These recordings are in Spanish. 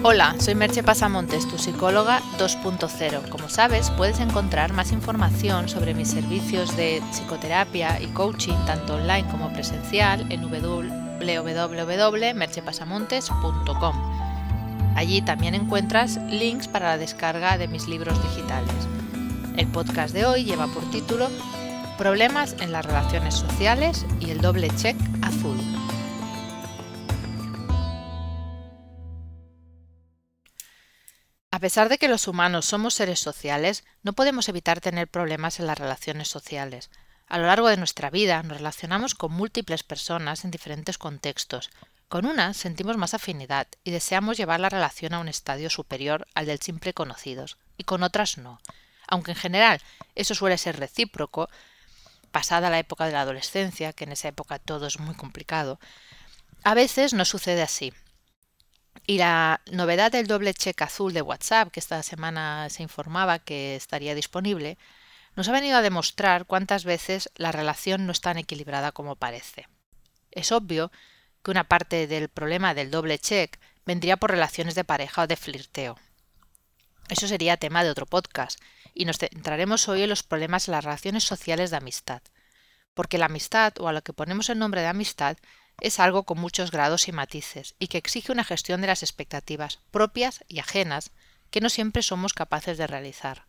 Hola, soy Merche Pasamontes, tu psicóloga 2.0. Como sabes, puedes encontrar más información sobre mis servicios de psicoterapia y coaching, tanto online como presencial, en www.merchepasamontes.com. Allí también encuentras links para la descarga de mis libros digitales. El podcast de hoy lleva por título Problemas en las relaciones sociales y el doble check azul. A pesar de que los humanos somos seres sociales, no podemos evitar tener problemas en las relaciones sociales. A lo largo de nuestra vida nos relacionamos con múltiples personas en diferentes contextos. Con unas sentimos más afinidad y deseamos llevar la relación a un estadio superior al del simple conocidos, y con otras no. Aunque en general eso suele ser recíproco, pasada la época de la adolescencia, que en esa época todo es muy complicado, a veces no sucede así. Y la novedad del doble check azul de WhatsApp, que esta semana se informaba que estaría disponible, nos ha venido a demostrar cuántas veces la relación no es tan equilibrada como parece. Es obvio que una parte del problema del doble check vendría por relaciones de pareja o de flirteo. Eso sería tema de otro podcast, y nos centraremos hoy en los problemas en las relaciones sociales de amistad. Porque la amistad, o a lo que ponemos el nombre de amistad, es algo con muchos grados y matices y que exige una gestión de las expectativas propias y ajenas que no siempre somos capaces de realizar.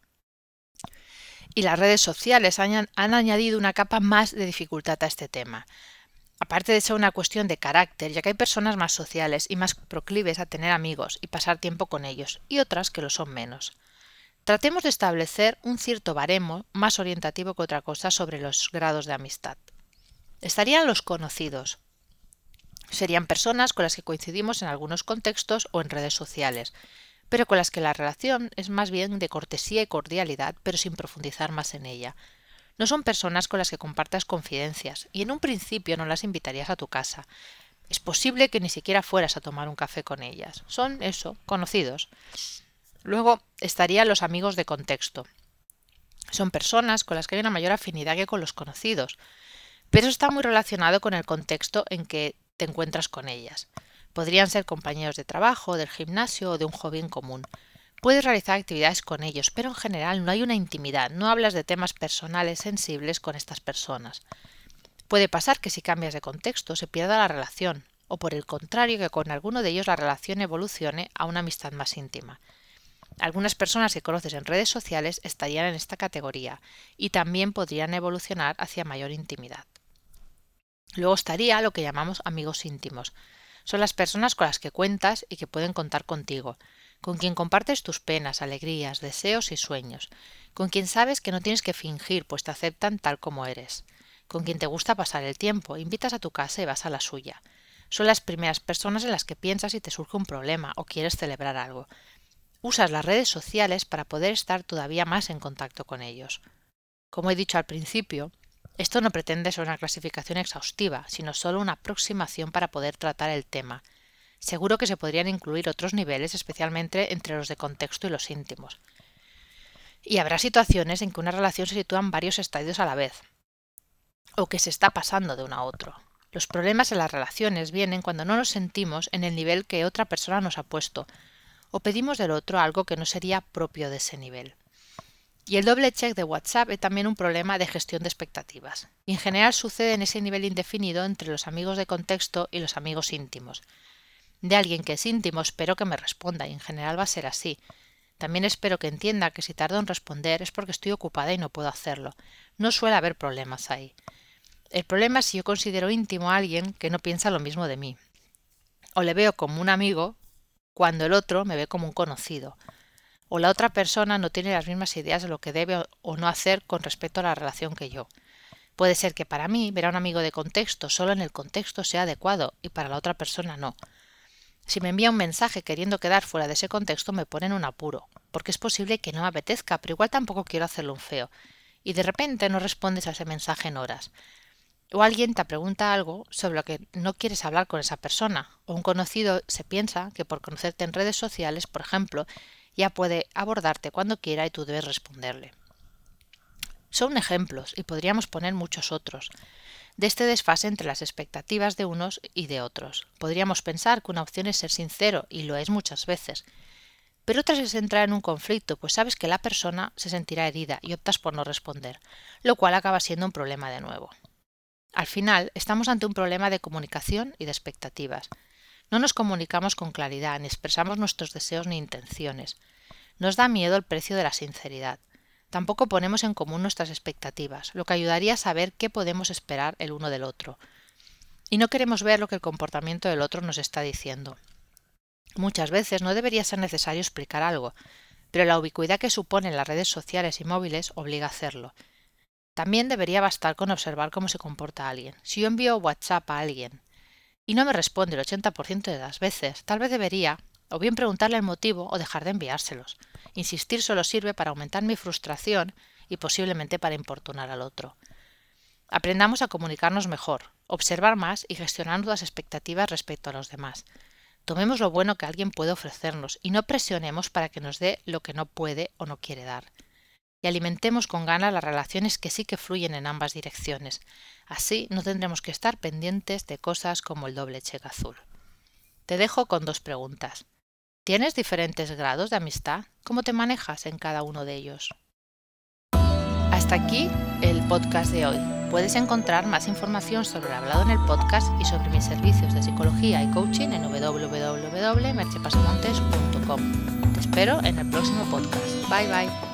Y las redes sociales han añadido una capa más de dificultad a este tema. Aparte de ser una cuestión de carácter, ya que hay personas más sociales y más proclives a tener amigos y pasar tiempo con ellos, y otras que lo son menos. Tratemos de establecer un cierto baremo más orientativo que otra cosa sobre los grados de amistad. Estarían los conocidos. Serían personas con las que coincidimos en algunos contextos o en redes sociales, pero con las que la relación es más bien de cortesía y cordialidad, pero sin profundizar más en ella. No son personas con las que compartas confidencias, y en un principio no las invitarías a tu casa. Es posible que ni siquiera fueras a tomar un café con ellas. Son eso, conocidos. Luego estarían los amigos de contexto. Son personas con las que hay una mayor afinidad que con los conocidos, pero eso está muy relacionado con el contexto en que te encuentras con ellas. Podrían ser compañeros de trabajo, del gimnasio o de un hobby en común. Puedes realizar actividades con ellos, pero en general no hay una intimidad, no hablas de temas personales sensibles con estas personas. Puede pasar que si cambias de contexto se pierda la relación, o por el contrario que con alguno de ellos la relación evolucione a una amistad más íntima. Algunas personas que conoces en redes sociales estarían en esta categoría y también podrían evolucionar hacia mayor intimidad. Luego estaría lo que llamamos amigos íntimos. Son las personas con las que cuentas y que pueden contar contigo, con quien compartes tus penas, alegrías, deseos y sueños, con quien sabes que no tienes que fingir, pues te aceptan tal como eres, con quien te gusta pasar el tiempo, invitas a tu casa y vas a la suya. Son las primeras personas en las que piensas si te surge un problema o quieres celebrar algo. Usas las redes sociales para poder estar todavía más en contacto con ellos. Como he dicho al principio, esto no pretende ser una clasificación exhaustiva, sino solo una aproximación para poder tratar el tema. Seguro que se podrían incluir otros niveles, especialmente entre los de contexto y los íntimos. Y habrá situaciones en que una relación se sitúa en varios estadios a la vez, o que se está pasando de uno a otro. Los problemas en las relaciones vienen cuando no nos sentimos en el nivel que otra persona nos ha puesto, o pedimos del otro algo que no sería propio de ese nivel. Y el doble check de WhatsApp es también un problema de gestión de expectativas. Y en general sucede en ese nivel indefinido entre los amigos de contexto y los amigos íntimos. De alguien que es íntimo espero que me responda y en general va a ser así. También espero que entienda que si tardo en responder es porque estoy ocupada y no puedo hacerlo. No suele haber problemas ahí. El problema es si yo considero íntimo a alguien que no piensa lo mismo de mí. O le veo como un amigo cuando el otro me ve como un conocido. O la otra persona no tiene las mismas ideas de lo que debe o no hacer con respecto a la relación que yo. Puede ser que para mí ver a un amigo de contexto solo en el contexto sea adecuado y para la otra persona no. Si me envía un mensaje queriendo quedar fuera de ese contexto me pone en un apuro, porque es posible que no me apetezca, pero igual tampoco quiero hacerle un feo, y de repente no respondes a ese mensaje en horas. O alguien te pregunta algo sobre lo que no quieres hablar con esa persona, o un conocido se piensa que por conocerte en redes sociales, por ejemplo, ya puede abordarte cuando quiera y tú debes responderle. Son ejemplos y podríamos poner muchos otros. de este desfase entre las expectativas de unos y de otros. Podríamos pensar que una opción es ser sincero, y lo es muchas veces, pero otras es entrar en un conflicto, pues sabes que la persona se sentirá herida y optas por no responder, lo cual acaba siendo un problema de nuevo. Al final, estamos ante un problema de comunicación y de expectativas. No nos comunicamos con claridad, ni expresamos nuestros deseos ni intenciones. Nos da miedo el precio de la sinceridad. Tampoco ponemos en común nuestras expectativas, lo que ayudaría a saber qué podemos esperar el uno del otro. Y no queremos ver lo que el comportamiento del otro nos está diciendo. Muchas veces no debería ser necesario explicar algo, pero la ubicuidad que suponen las redes sociales y móviles obliga a hacerlo. También debería bastar con observar cómo se comporta alguien. Si yo envío WhatsApp a alguien y no me responde el 80% de las veces, tal vez debería o bien preguntarle el motivo o dejar de enviárselos. Insistir solo sirve para aumentar mi frustración y posiblemente para importunar al otro. Aprendamos a comunicarnos mejor, observar más y gestionar las expectativas respecto a los demás. Tomemos lo bueno que alguien puede ofrecernos y no presionemos para que nos dé lo que no puede o no quiere dar. Y alimentemos con ganas las relaciones que sí que fluyen en ambas direcciones. Así no tendremos que estar pendientes de cosas como el doble cheque azul. Te dejo con 2 preguntas. ¿Tienes diferentes grados de amistad? ¿Cómo te manejas en cada uno de ellos? Hasta aquí el podcast de hoy. Puedes encontrar más información sobre lo hablado en el podcast y sobre mis servicios de psicología y coaching en www.merchepasamontes.com. Te espero en el próximo podcast. Bye bye.